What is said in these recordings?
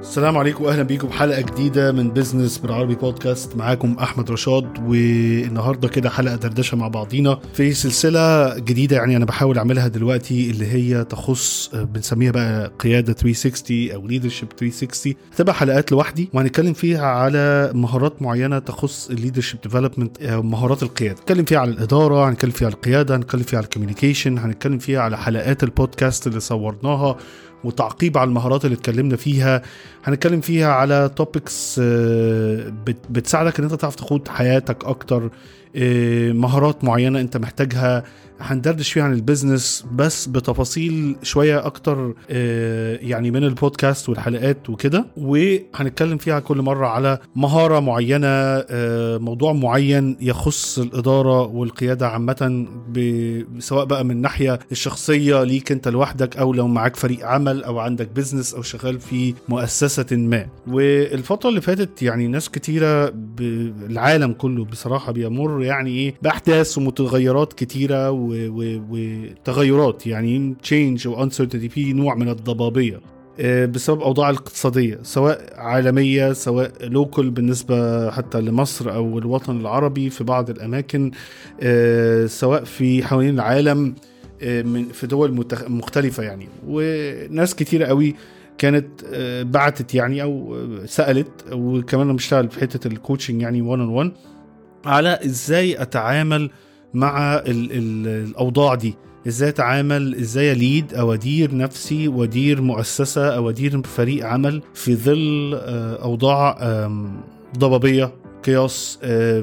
السلام عليكم واهلا بيكم بحلقه جديده من بيزنس بالعربي بودكاست. معاكم احمد رشاد، والنهارده كده حلقه دردشه مع بعضينا في سلسله جديده. يعني انا بحاول اعملها دلوقتي اللي هي تخص بنسميها بقى قياده 360 او ليدرشيب 360. هتبقى حلقات لوحدي وهنتكلم فيها على مهارات معينه تخص الليدرشيب ديفلوبمنت او مهارات القياده. هنتكلم فيها على الاداره، هنتكلم فيها على القياده، هنتكلم فيها على الكوميونيكيشن، هنتكلم فيها على حلقات البودكاست اللي صورناها وتعقيب على المهارات اللي اتكلمنا فيها. هنتكلم فيها على توبكس بتساعدك ان انت تعرف تخوض حياتك اكتر، مهارات معينة انت محتاجها. هندردش فيها عن البيزنس بس بتفاصيل شوية اكتر يعني من البودكاست والحلقات وكده. وهنتكلم فيها كل مرة على مهارة معينة، موضوع معين يخص الإدارة والقيادة عامة، سواء بقى من ناحية الشخصية ليك انت لوحدك او لو معاك فريق عمل او عندك بيزنس او شغال في مؤسسة ما. والفترة اللي فاتت يعني ناس كتيرة بالعالم كله بصراحة بيمر يعني بأحداث ومتغيرات كتيرة وتغيرات، يعني change و uncertainty، في نوع من الضبابية بسبب أوضاع الاقتصادية سواء عالمية سواء لوكال بالنسبة حتى لمصر أو الوطن العربي في بعض الأماكن، سواء في حوالين العالم في دول مختلفة يعني. وناس كتيرة قوي كانت بعتت يعني أو سألت، وكمان بشتغل في حتة الكوتشنج يعني one on one على إزاي أتعامل مع الأوضاع دي، ازاي اتعامل، ازاي اليد او ادير نفسي وادير مؤسسة او ادير فريق عمل في ظل اوضاع ضبابية قياس،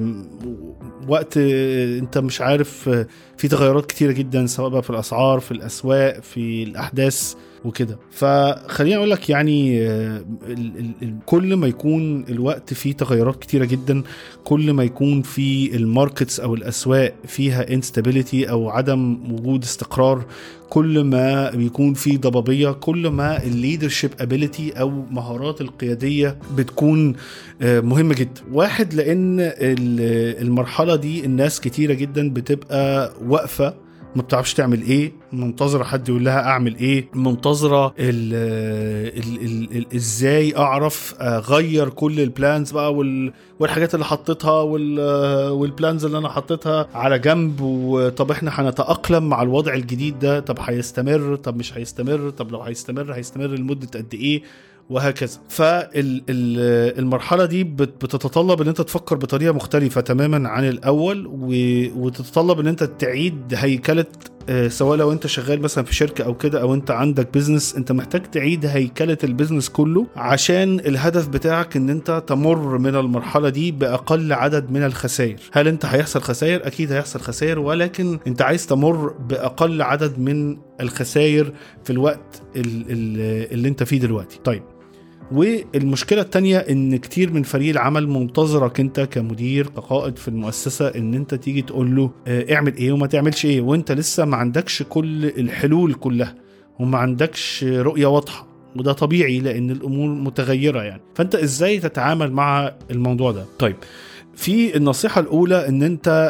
وقت انت مش عارف في تغيرات كتيرة جدا سواء بقى في الاسعار في الاسواق في الاحداث وكده. فخليني اقول لك يعني كل ما يكون الوقت فيه تغيرات كتيرة جدا، كل ما يكون في الماركتس او الاسواق فيها instability او عدم وجود استقرار، كل ما بيكون في ضبابية، كل ما الليدرشيب ابيليتي او مهارات القيادية بتكون مهمة جدا. واحد، لان المرحلة دي الناس كتيرة جدا بتبقى واقفة ما بتعرفش تعمل ايه، منتظرة حد يقول لها اعمل ايه، منتظرة ازاي اعرف اغير كل البلانز بقى والحاجات اللي حطيتها والبلانز اللي انا حطيتها على جنب. وطب احنا هنتأقلم مع الوضع الجديد ده، طب هيستمر، طب مش هيستمر، طب لو هيستمر لمدة قد ايه، وهكذا. فالمرحلة دي بتتطلب ان انت تفكر بطريقة مختلفة تماما عن الاول، وتتطلب ان انت تعيد هيكلة، سواء لو انت شغال مثلا في شركة او كده او انت عندك بيزنس، انت محتاج تعيد هيكلة البيزنس كله عشان الهدف بتاعك ان انت تمر من المرحلة دي باقل عدد من الخسائر. هل انت هيحصل خسائر؟ اكيد هيحصل خسائر، ولكن انت عايز تمر باقل عدد من الخسائر في الوقت اللي انت فيه دلوقتي. طيب، والمشكلة التانية ان كتير من فريق العمل منتظرك انت كمدير كقائد في المؤسسة ان انت تيجي تقول له اعمل ايه وما تعملش ايه، وانت لسه ما عندكش كل الحلول كلها وما عندكش رؤية واضحة. وده طبيعي لان الامور متغيرة يعني. فانت ازاي تتعامل مع الموضوع ده؟ طيب، في النصيحة الاولى ان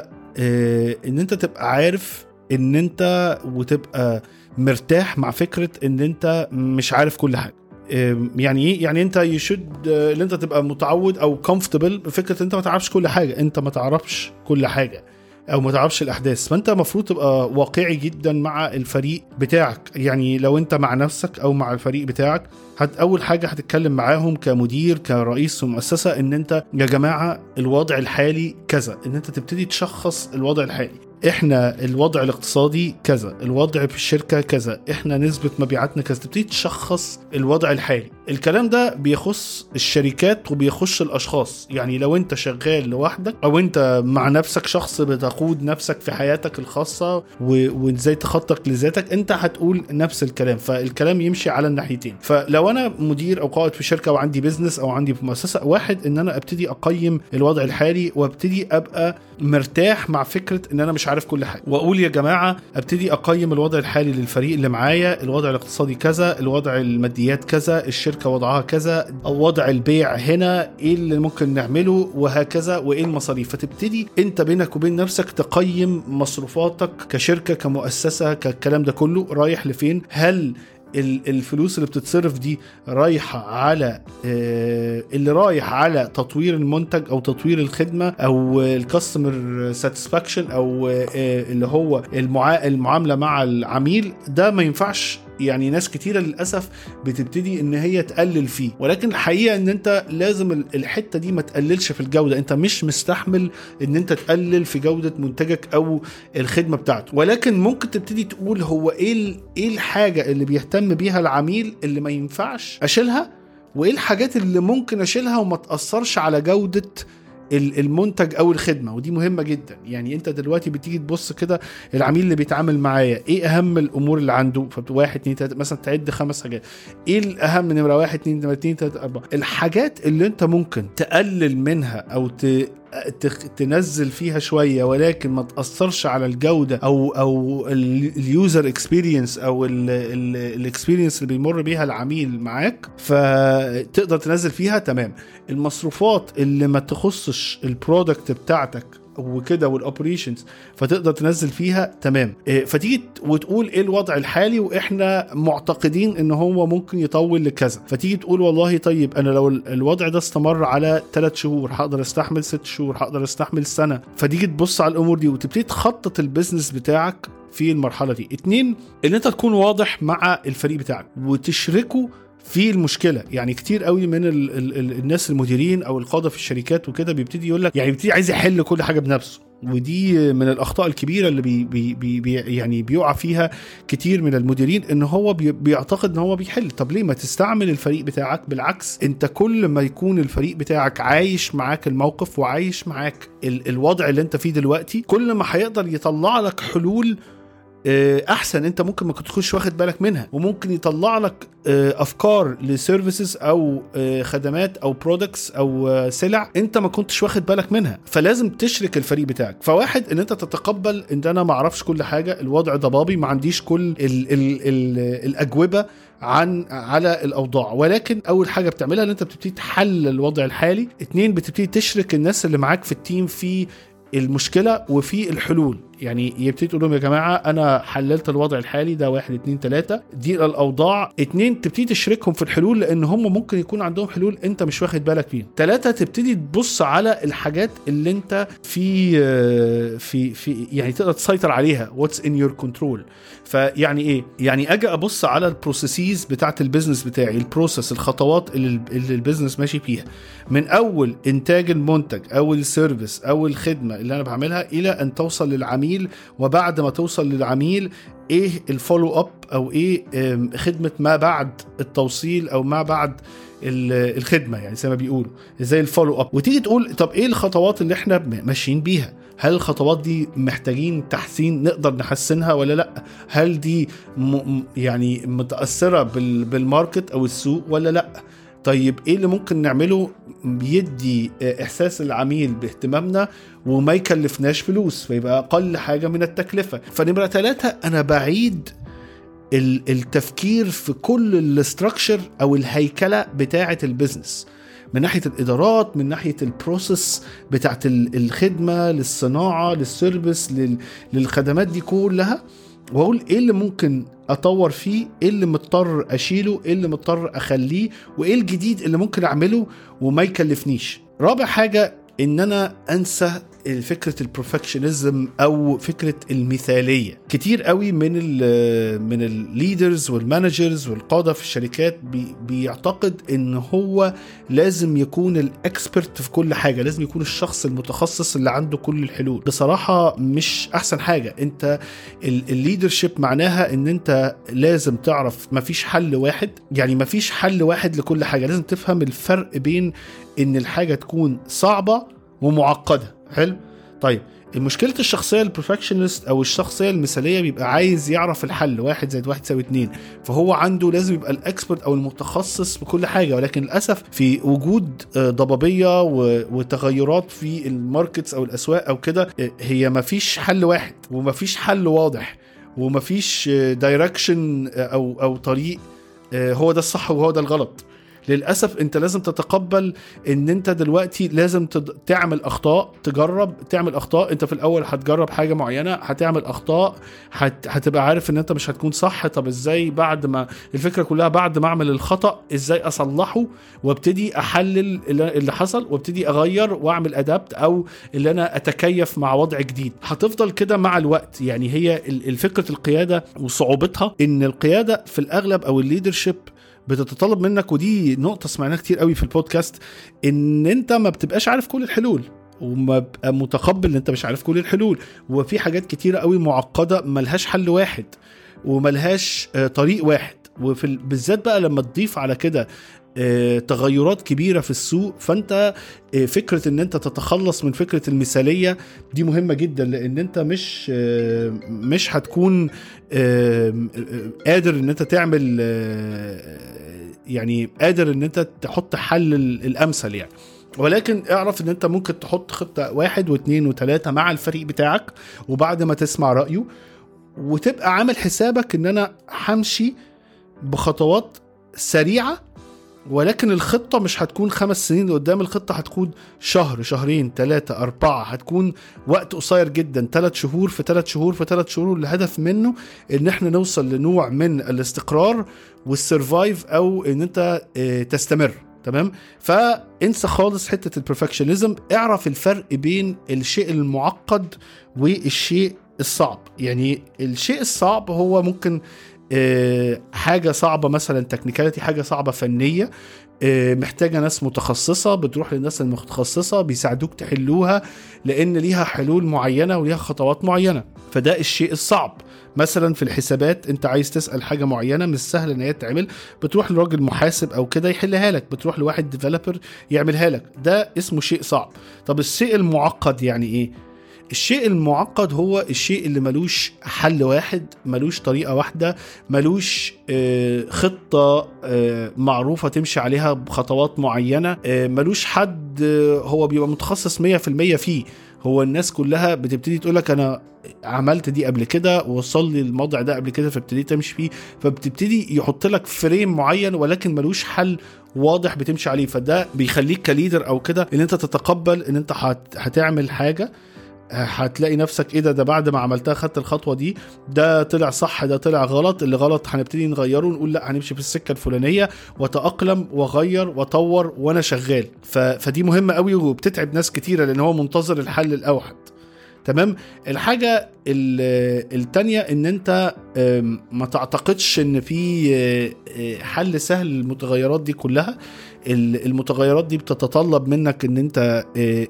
انت تبقى عارف ان انت وتبقى مرتاح مع فكرة ان انت مش عارف كل حاجة. يعني ايه؟ يعني انت اللي انت تبقى متعود او comfortable بفكرة انت ما تعرفش كل حاجة، انت ما تعرفش كل حاجة او ما تعرفش الاحداث. فانت مفروض تبقى واقعي جدا مع الفريق بتاعك. يعني لو انت مع نفسك او مع الفريق بتاعك، اول حاجة هتتكلم معاهم كمدير كرئيس مؤسسة ان انت يا جماعة الوضع الحالي كذا، ان انت تبتدي تشخص الوضع الحالي. احنا الوضع الاقتصادي كذا، الوضع في الشركة كذا، احنا نسبة مبيعاتنا كذا. تبتدي تشخص الوضع الحالي. الكلام ده بيخص الشركات وبيخص الاشخاص. يعني لو انت شغال لوحدك او انت مع نفسك شخص بتقود نفسك في حياتك الخاصة وازاي تخطط لذاتك، انت هتقول نفس الكلام. فالكلام يمشي على الناحيتين. فلو انا مدير او قائد في شركة وعندي بيزنس او عندي في مؤسسة، واحد ان انا ابتدي اقيم الوضع الحالي وابتدي ابقى مرتاح مع فكرة ان انا مش عارف كل حاجة، واقول يا جماعة ابتدي اقيم الوضع الحالي للفريق اللي معايا، الوضع الاقتصادي كذا، الوضع الماديات كذا، الشركة وضعها كذا، او وضع البيع هنا ايه اللي ممكن نعمله، وهكذا، وايه المصاريف. فتبتدي انت بينك وبين نفسك تقيم مصروفاتك كشركة كمؤسسة، كالكلام ده كله رايح لفين. هل الفلوس اللي بتتصرف دي رايحة على اللي رايح على تطوير المنتج او تطوير الخدمة او الكاستمر ساتسفاكشن او اللي هو المعاملة مع العميل، ده ما ينفعش. يعني ناس كتيرة للأسف بتبتدي ان هي تقلل فيه، ولكن الحقيقة ان انت لازم الحتة دي ما تقللش في الجودة. انت مش مستحمل ان انت تقلل في جودة منتجك او الخدمة بتاعته، ولكن ممكن تبتدي تقول هو ايه الحاجة اللي بيهتم بيها العميل اللي ما ينفعش اشيلها، وايه الحاجات اللي ممكن اشيلها وما تأثرش على جودة المنتج او الخدمه. ودي مهمه جدا. يعني انت دلوقتي بتيجي تبص كده العميل اللي بيتعامل معايا ايه اهم الامور اللي عنده، فواحد اتنين تلاته مثلا تعد 5 حاجات. ايه الاهم؟ نمره 1 2 نمره 2 3 4. الحاجات اللي انت ممكن تقلل منها او تنزل فيها شويه ولكن ما تاثرش على الجوده او اليوزر اكسبيرينس او الاكسبيرينس اللي بيمر بيها العميل معاك، فتقدر تنزل فيها. تمام. المصروفات اللي ما تخصش البرودكت بتاعتك وكده والاوبريشنز فتقدر تنزل فيها. تمام. فتيجي وتقول ايه الوضع الحالي واحنا معتقدين ان هو ممكن يطول لكذا، فتيجي تقول والله طيب انا لو الوضع ده استمر على 3 شهور هقدر استحمل، 6 شهور هقدر استحمل، سنة. فتيجي تبص على الامور دي وتبتدي تخطط البيزنس بتاعك في المرحلة دي. 2 ان انت تكون واضح مع الفريق بتاعك وتشركه في المشكله. يعني كتير قوي من الناس المديرين او القاده في الشركات وكده بيبتدي يقول لك، يعني بيبتدي عايز يحل كل حاجه بنفسه، ودي من الاخطاء الكبيره اللي يعني بيقع فيها كتير من المديرين، ان هو بيعتقد ان هو بيحل. طب ليه ما تستعمل الفريق بتاعك؟ بالعكس، انت كل ما يكون الفريق بتاعك عايش معاك الموقف وعايش معاك الوضع اللي انت فيه دلوقتي، كل ما هيقدر يطلع لك حلول احسن انت ممكن ما تكونش واخد بالك منها، وممكن يطلع لك افكار لسيرفيسز او خدمات او برودكتس او سلع انت ما كنتش واخد بالك منها. فلازم تشرك الفريق بتاعك. فواحد ان انت تتقبل ان انا ما اعرفش كل حاجه، الوضع ضبابي، ما عنديش كل الاجوبه على الاوضاع، ولكن اول حاجه بتعملها ان انت بتبتدي تحل الوضع الحالي. 2 بتبتدي تشرك الناس اللي معاك في التيم في المشكلة وفي الحلول. يعني يبتدي تقول لهم يا جماعة أنا حللت الوضع الحالي ده 1 2 3 دي الأوضاع. 2 تبتدي تشركهم في الحلول لأن هم ممكن يكون عندهم حلول أنت مش واخد بالك فيها. 3 تبتدي تبص على الحاجات اللي أنت في يعني تقدر تسيطر عليها what's in your control. فيعني إيه؟ يعني أجي أبص على البروسيسز بتاعت البيزنس بتاعي، البروسيس، الخطوات اللي البيزنس ماشي فيها من أول إنتاج المنتج أو السيرفيس أو الخدمة اللي أنا بعملها إلى أن توصل للعميل، وبعد ما توصل للعميل ايه الفولو اب او ايه خدمة ما بعد التوصيل او ما بعد الخدمة، يعني زي ما بيقولوا زي الفولو اب. وتيجي تقول طب ايه الخطوات اللي احنا ماشيين بيها؟ هل الخطوات دي محتاجين تحسين نقدر نحسنها ولا لا؟ هل دي يعني متأثرة بالماركت او السوق ولا لا؟ طيب ايه اللي ممكن نعمله بيدي احساس العميل باهتمامنا وما يكلفناش فلوس فيبقى اقل حاجة من التكلفة؟ فنمرة 3 انا بعيد التفكير في كل الاستراكشر او الهيكلة بتاعة البيزنس، من ناحية الإدارات، من ناحية البروسيس بتاعت الخدمة، للصناعة، للسيرفيس، للخدمات دي كلها، واقول ايه اللي ممكن اطور فيه، ايه اللي مضطر اشيله، ايه اللي مضطر اخليه، وايه الجديد اللي ممكن اعمله وما يكلفنيش. رابع حاجة ان انا انسى فكرة البرفكشنزم او فكرة المثالية. كتير قوي من الليدرز والمانجرز والقادة في الشركات بيعتقد ان هو لازم يكون الاكسبرت في كل حاجة، لازم يكون الشخص المتخصص اللي عنده كل الحلول. بصراحة مش احسن حاجة. انت الليدرشيب معناها ان انت لازم تعرف مفيش حل واحد، يعني مفيش حل واحد لكل حاجة. لازم تفهم الفرق بين ان الحاجة تكون صعبة ومعقدة. حلو. طيب المشكلة الشخصية البرفكشنست او الشخصية المثالية بيبقى عايز يعرف الحل 1 زائد 1 يساوي 2، فهو عنده لازم يبقى الاكسبرت او المتخصص بكل حاجة. ولكن للأسف في وجود ضبابية وتغيرات في الماركتس او الاسواق او كده، هي مفيش حل واحد ومفيش حل واضح ومفيش دايركشن او طريق هو ده الصح وهو ده الغلط. للأسف انت لازم تتقبل ان انت دلوقتي لازم تعمل اخطاء، تجرب تعمل اخطاء. انت في الاول هتجرب حاجة معينة، هتعمل اخطاء، هتبقى عارف ان انت مش هتكون صح. طب ازاي بعد ما الفكرة كلها بعد ما اعمل الخطأ ازاي اصلحه وابتدي احلل اللي حصل وابتدي اغير واعمل ادابت او اللي انا اتكيف مع وضع جديد. هتفضل كده مع الوقت. يعني هي الفكرة القيادة وصعوبتها ان القيادة في الاغلب او الليدرشيب بتتطلب منك، ودي نقطة سمعناها كتير قوي في البودكاست، ان انت ما بتبقاش عارف كل الحلول وما بقى متقبل ان انت مش عارف كل الحلول، وفي حاجات كتيرة قوي معقدة ملهاش حل واحد وملهاش طريق واحد. بالذات بقى لما تضيف على كده تغيرات كبيرة في السوق، فانت فكرة ان انت تتخلص من فكرة المثالية دي مهمة جدا، لان انت مش هتكون قادر ان انت تعمل يعني قادر ان انت تحط حل الامثل يعني. ولكن اعرف ان انت ممكن تحط خطة 1 و2 و3 مع الفريق بتاعك، وبعد ما تسمع رأيه وتبقى عامل حسابك ان انا همشي بخطوات سريعة، ولكن الخطة مش هتكون 5 سنين لقدام، الخطة هتكون شهر، شهرين، 3، 4، هتكون وقت قصير جدا، 3 شهور في 3 شهور في 3 شهور. الهدف منه ان احنا نوصل لنوع من الاستقرار والسيرفايف، او ان انت تستمر. تمام؟ فانسى خالص حتة البرفكشنزم. اعرف الفرق بين الشيء المعقد والشيء الصعب. يعني الشيء الصعب هو ممكن حاجة صعبة مثلا تكنيكاليتي، حاجة صعبة فنية محتاجة ناس متخصصة، بتروح للناس المتخصصة بيساعدوك تحلوها لأن ليها حلول معينة وليها خطوات معينة. فده الشيء الصعب. مثلا في الحسابات انت عايز تسأل حاجة معينة مش سهل ان هي تتعمل، بتروح لراجل محاسب او كده يحلها لك، بتروح لواحد ديفلوبر يعملها لك، ده اسمه شيء صعب. طب الشيء المعقد يعني ايه؟ الشيء المعقد هو الشيء اللي ملوش حل واحد، ملوش طريقة واحدة، ملوش خطة معروفة تمشي عليها بخطوات معينة، ملوش حد هو بيبقى متخصص 100% فيه. هو الناس كلها بتبتدي تقولك أنا عملت دي قبل كده ووصل لي الموضع ده قبل كده فابتديت امشي فيه، فبتبتدي يحط لك فريم معين ولكن ملوش حل واضح بتمشي عليه. فده بيخليك كليدر او كده ان انت تتقبل ان انت هتعمل حاجة، هتلاقي نفسك ايه ده بعد ما عملتها خدت الخطوة دي، ده طلع صح ده طلع غلط، اللي غلط هنبتدي نغيره ونقول لا هنمشي في السكة الفلانية وتأقلم وغير وطور وانا شغال. فدي مهمة قوي وبتتعب ناس كتيرة لان هو منتظر الحل الاوحد. تمام؟ الحاجة التانية ان انت ما تعتقدش ان في حل سهل للمتغيرات دي كلها. المتغيرات دي بتتطلب منك ان انت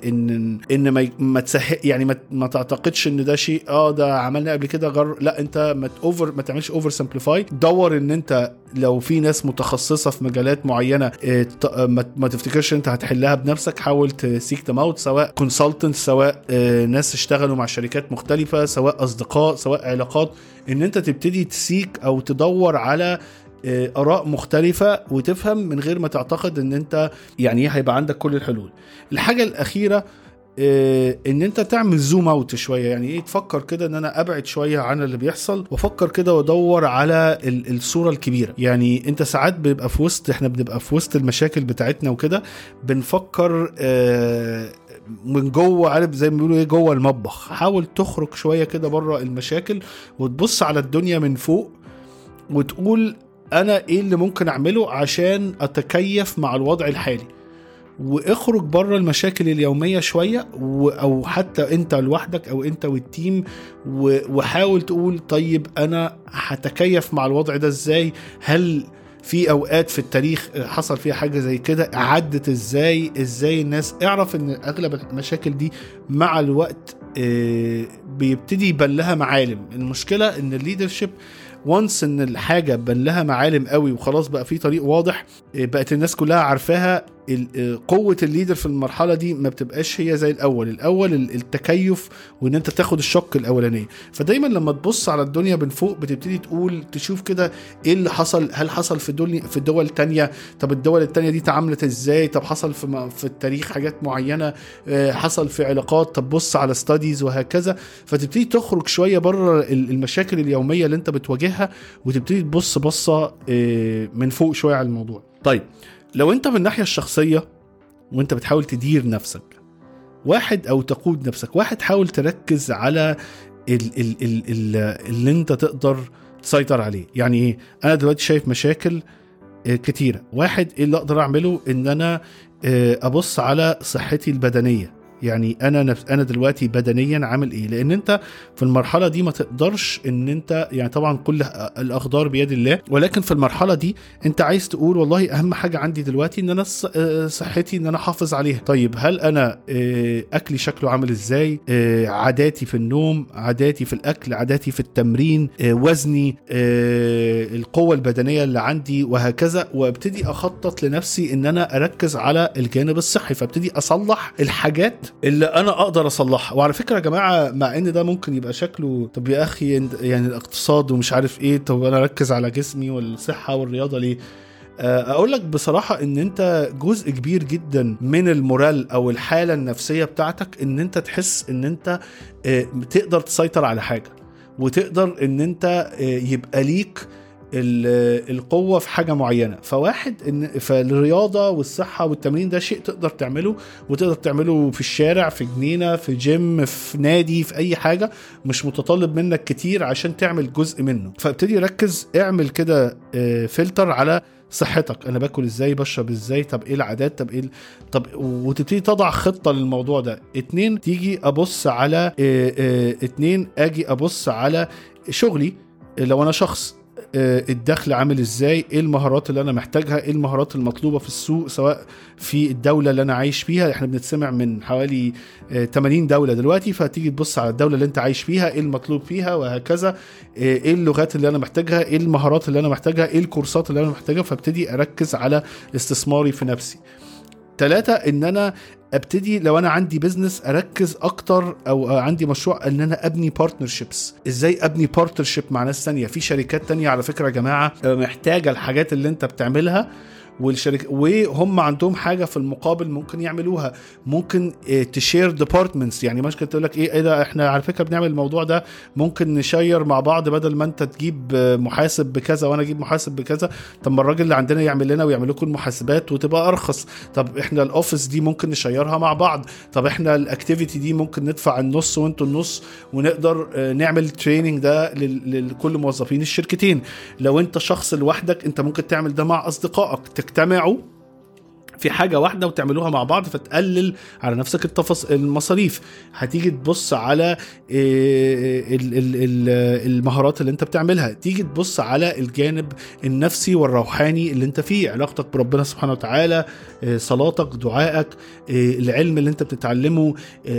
ان ما تسهل، يعني ما تعتقدش ان ده شيء ده عملنا قبل كده لا، انت ما تعملش اوفر سمبليفاي. دور ان انت لو في ناس متخصصة في مجالات معينة ما تفتكرش انت هتحلها بنفسك، حاول تسيك them out، سواء كونسلتنت، سواء ناس اشتغلوا مع شركات مختلفة، سواء اصدقاء، سواء علاقات، ان انت تبتدي تسيك او تدور على آراء مختلفة وتفهم من غير ما تعتقد ان انت يعني هيبقى عندك كل الحلول. الحاجة الأخيرة ان انت تعمل زوم اوت شوية، يعني ايه، تفكر كده ان انا ابعد شوية عن اللي بيحصل وافكر كده وادور على الصورة الكبيرة. يعني انت ساعات احنا بنبقى في وسط المشاكل بتاعتنا وكده بنفكر من جوه، عارف زي ما بيقولوا ايه، جوه المطبخ. حاول تخرج شوية كده بره المشاكل وتبص على الدنيا من فوق وتقول انا ايه اللي ممكن اعمله عشان اتكيف مع الوضع الحالي، واخرج بره المشاكل اليومية شوية، او حتى انت لوحدك او انت والتيم، وحاول تقول طيب انا هتكيف مع الوضع ده ازاي؟ هل في اوقات في التاريخ حصل فيها حاجة زي كده؟ عدت ازاي الناس؟ اعرف ان اغلب المشاكل دي مع الوقت بيبتدي يبان لها معالم. المشكلة ان الليدرشيب وانس ان الحاجة بان لها معالم قوي وخلاص بقى في طريق واضح، بقت الناس كلها عارفاها. قوة الليدر في المرحلة دي ما بتبقاش هي زي الأول التكيف وإن أنت تاخد الشق الأولاني. فدايما لما تبص على الدنيا من فوق بتبتدي تقول تشوف كده إيه اللي حصل، هل حصل في الدول التانية؟ طب الدول التانية دي تعاملت إزاي؟ طب حصل في التاريخ حاجات معينة، حصل في علاقات، طب بص على ستاديز وهكذا. فتبتدي تخرج شوية بره المشاكل اليومية اللي أنت بتواجهها وتبتدي تبص بصة من فوق شوية على الموضوع. طيب لو انت من الناحية الشخصية وانت بتحاول تدير نفسك، واحد او تقود نفسك، واحد حاول تركز على اللي انت تقدر تسيطر عليه. يعني ايه؟ انا دلوقتي شايف مشاكل كتيرة. واحد ايه اللي اقدر اعمله؟ ان انا ابص على صحتي البدنية. يعني انا دلوقتي بدنيا عامل ايه؟ لان انت في المرحله دي ما تقدرش ان انت، يعني طبعا كل الاقدار بيد الله، ولكن في المرحله دي انت عايز تقول والله اهم حاجه عندي دلوقتي ان انا صحتي ان انا احافظ عليها. طيب هل انا اكلي شكله عامل ازاي؟ عاداتي في النوم، عاداتي في الاكل، عاداتي في التمرين، وزني، القوه البدنيه اللي عندي، وهكذا. وابتدي اخطط لنفسي ان انا اركز على الجانب الصحي، فابتدي اصلح الحاجات اللي انا اقدر اصلحها. وعلى فكره يا جماعه، مع ان ده ممكن يبقى شكله طب يا اخي يعني الاقتصاد ومش عارف ايه، طب انا اركز على جسمي والصحه والرياضه ليه؟ اقول لك بصراحه ان انت جزء كبير جدا من المورال او الحاله النفسيه بتاعتك ان انت تحس ان انت تقدر تسيطر على حاجه، وتقدر ان انت يبقى ليك القوة في حاجة معينة. فالرياضة والصحة والتمرين ده شيء تقدر تعمله، وتقدر تعمله في الشارع، في جنينة، في جيم، في نادي، في أي حاجة، مش متطلب منك كتير عشان تعمل جزء منه. فابتدي ركز، اعمل كده فلتر على صحتك. انا باكل ازاي، بشرب ازاي، طب ايه العادات، طب ايه وتبتدي تضع خطة للموضوع ده. 2 تيجي ابص على 2 اجي ابص على شغلي. لو انا شخص الدخل عامل ازاي، ايه المهارات اللي انا محتاجها، ايه المهارات المطلوبة في السوق، سواء في الدولة اللي انا عايش فيها. احنا بنتسمع من حوالي 80 دولة دلوقتي، فتيجي تبص على الدولة اللي انت عايش فيها، ايه المطلوب فيها، وهكذا. ايه اللغات اللي انا محتاجها، ايه المهارات اللي انا محتاجها، ايه الكورسات اللي انا محتاجها. فابتدي اركز على استثماري في نفسي. 3 ان انا ابتدي لو انا عندي بيزنس اركز اكتر، او عندي مشروع، ان انا ابني بارتنرشيبس. ازاي ابني بارتنرشيب مع ناس تانية؟ في شركات تانية على فكرة يا جماعة محتاجة الحاجات اللي انت بتعملها، والشركة وهم عندهم حاجة في المقابل ممكن يعملوها. ممكن تشير ديبارتمنتس، يعني ممكن تقول لك ايه ده احنا على فكرة بنعمل الموضوع ده، ممكن نشير مع بعض، بدل ما انت تجيب محاسب بكذا وانا اجيب محاسب بكذا، طب ما الراجل اللي عندنا يعمل لنا ويعمل لكم المحاسبات وتبقى ارخص. طب احنا الاوفيس دي ممكن نشيرها مع بعض، طب احنا الاكتيفيتي دي ممكن ندفع النص وانتوا النص، ونقدر نعمل تريننج ده لكل موظفين الشركتين. لو انت شخص لوحدك انت ممكن تعمل ده مع اصدقائك، تجتمعوا في حاجة واحدة وتعملوها مع بعض، فتقلل على نفسك المصاريف. هتيجي تبص على المهارات اللي انت بتعملها، تيجي تبص على الجانب النفسي والروحاني اللي انت فيه، علاقتك بربنا سبحانه وتعالى، صلاتك، دعائك، العلم اللي انت بتتعلمه،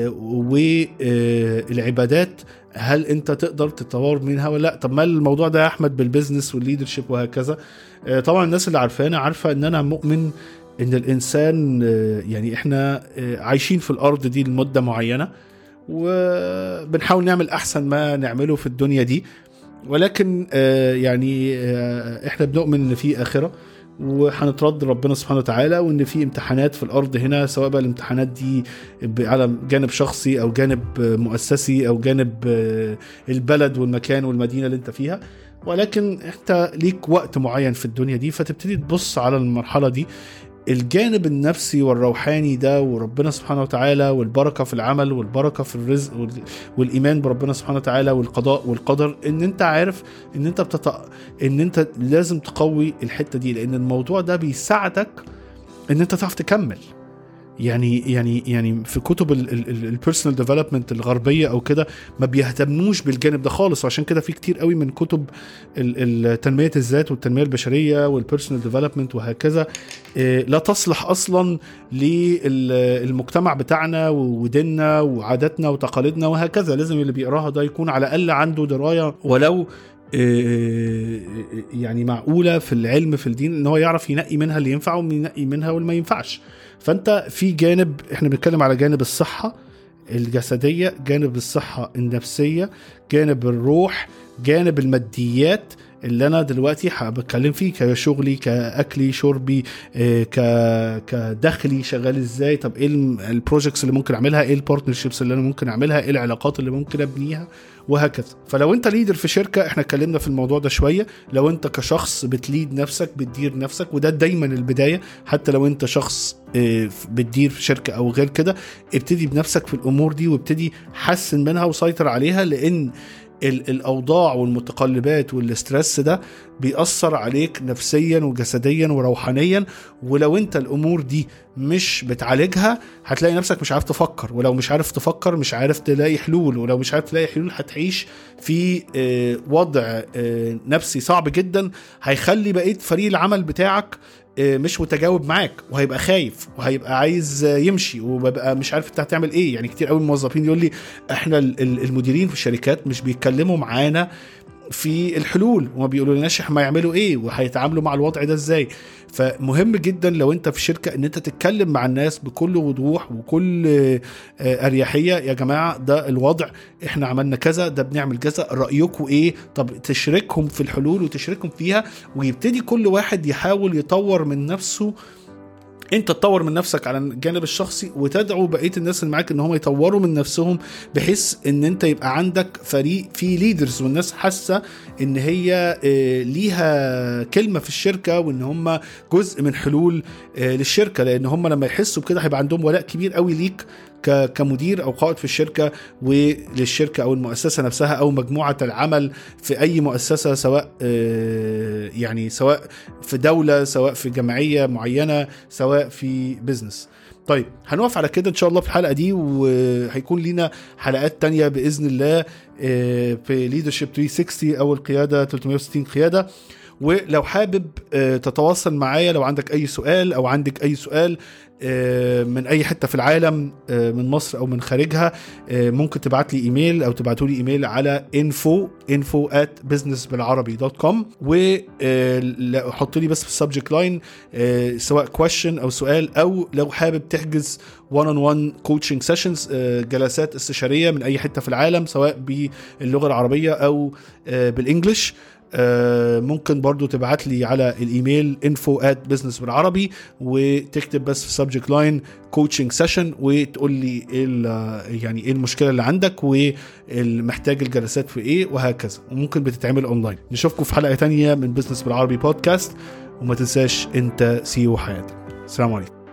والعبادات، هل انت تقدر تطور منها ولا لا؟ طب ما الموضوع ده يا احمد بالبزنس والليدرشيب وهكذا. طبعا الناس اللي عارفانا عارفة ان انا مؤمن ان الانسان يعني احنا عايشين في الارض دي لمدة معينة، وبنحاول نعمل احسن ما نعمله في الدنيا دي، ولكن يعني احنا بنؤمن ان في اخرة، وهنترد ربنا سبحانه وتعالى، وان في امتحانات في الارض هنا، سواء بقى الامتحانات دي على جانب شخصي او جانب مؤسسي او جانب البلد والمكان والمدينة اللي انت فيها، ولكن انت ليك وقت معين في الدنيا دي. فتبتدي تبص على المرحلة دي، الجانب النفسي والروحاني ده، وربنا سبحانه وتعالى، والبركة في العمل، والبركة في الرزق، والإيمان بربنا سبحانه وتعالى، والقضاء والقدر، ان انت عارف ان انت ان انت لازم تقوي الحتة دي، لان الموضوع ده بيساعدك ان انت تعرف تكمل. يعني في كتب البيرسونال ديفلوبمنت الغربيه او كده ما بيهتموش بالجانب ده خالص، وعشان كده في كتير قوي من كتب التنميه الذات والتنميه البشريه والبيرسونال ديفلوبمنت وهكذا لا تصلح اصلا للمجتمع بتاعنا وديننا وعاداتنا وتقاليدنا وهكذا. لازم اللي بيقراها ده يكون على الاقل عنده درايه ولو يعني معقولة في العلم في الدين، ان هو يعرف ينقي منها اللي ينفع وينقي منها واللي ما ينفعش. فانت في جانب، احنا بنتكلم على جانب الصحة الجسدية، جانب الصحة النفسية، جانب الروح، جانب الماديات. اللي انا دلوقتي بتكلم فيه، كشغلي، كاكلي، شربي، كدخلي شغال ازاي، طب ايه البروجكتس اللي ممكن اعملها، ايه البارتنرشيبس اللي انا ممكن اعملها، ايه العلاقات اللي ممكن ابنيها، وهكذا. فلو انت ليدر في شركة، احنا اتكلمنا في الموضوع ده شوية، لو انت كشخص بتليد نفسك، بتدير نفسك، وده دايما البداية، حتى لو انت شخص بتدير في شركة او غير كده، ابتدي بنفسك في الامور دي، وابتدي حسن منها وسيطر عليها، لان الأوضاع والمتقلبات والاسترس ده بيأثر عليك نفسيا وجسديا وروحانيا. ولو انت الأمور دي مش بتعالجها، هتلاقي نفسك مش عارف تفكر، ولو مش عارف تفكر مش عارف تلاقي حلول، ولو مش عارف تلاقي حلول هتعيش في وضع نفسي صعب جدا، هيخلي بقية فريق العمل بتاعك مش متجاوب معاك، وهيبقى خايف، وهيبقى عايز يمشي، وببقى مش عارف انت هتعمل ايه. يعني كتير قوي الموظفين يقول لي احنا المديرين في الشركات مش بيتكلموا معانا في الحلول، وما بيقولوا لناش ما يعملوا ايه وهيتعاملوا مع الوضع ده ازاي. فمهم جدا لو انت في شركة ان انت تتكلم مع الناس بكل وضوح وكل اريحية. يا جماعة ده الوضع، احنا عملنا كذا، ده بنعمل كذا، رأيكم ايه؟ طب تشركهم في الحلول وتشركهم فيها، ويبتدي كل واحد يحاول يطور من نفسه. انت تطور من نفسك على الجانب الشخصي، وتدعو بقية الناس اللي معاك ان هم يطوروا من نفسهم، بحيث ان انت يبقى عندك فريق فيه ليدرز، والناس حاسة ان هي ليها كلمة في الشركة، وان هم جزء من حلول للشركة. لان هم لما يحسوا بكده هيبقى عندهم ولاء كبير قوي ليك كمدير او قائد في الشركة، وللشركة او المؤسسة نفسها او مجموعة العمل في اي مؤسسة، سواء يعني سواء في دولة، سواء في جمعية معينة، سواء في بيزنس. طيب هنقف على كده ان شاء الله في الحلقة دي، وهيكون لينا حلقات تانية بإذن الله في Leadership 360 او القيادة 360 قيادة. ولو حابب تتواصل معايا، لو عندك اي سؤال او عندك اي سؤال من اي حتة في العالم، من مصر او من خارجها، ممكن تبعت لي ايميل او تبعتوا لي ايميل على info@businessbilarabi.com، وحط لي بس في السبجكت لاين سواء question او سؤال، او لو حابب تحجز one-on-one coaching sessions، جلسات استشارية من اي حتة في العالم، سواء باللغة العربية او بالانجليش. ممكن برضو تبعت لي على الايميل info@businessbilarabi، وتكتب بس في subject line coaching session، وتقول لي يعني ايه المشكلة اللي عندك، والمحتاج الجلسات في ايه، وهكذا. وممكن بتتعمل اونلاين. نشوفكم في حلقة تانية من بيزنس بالعربي بودكاست، وما تنساش انت CEO حياتك. السلام عليكم.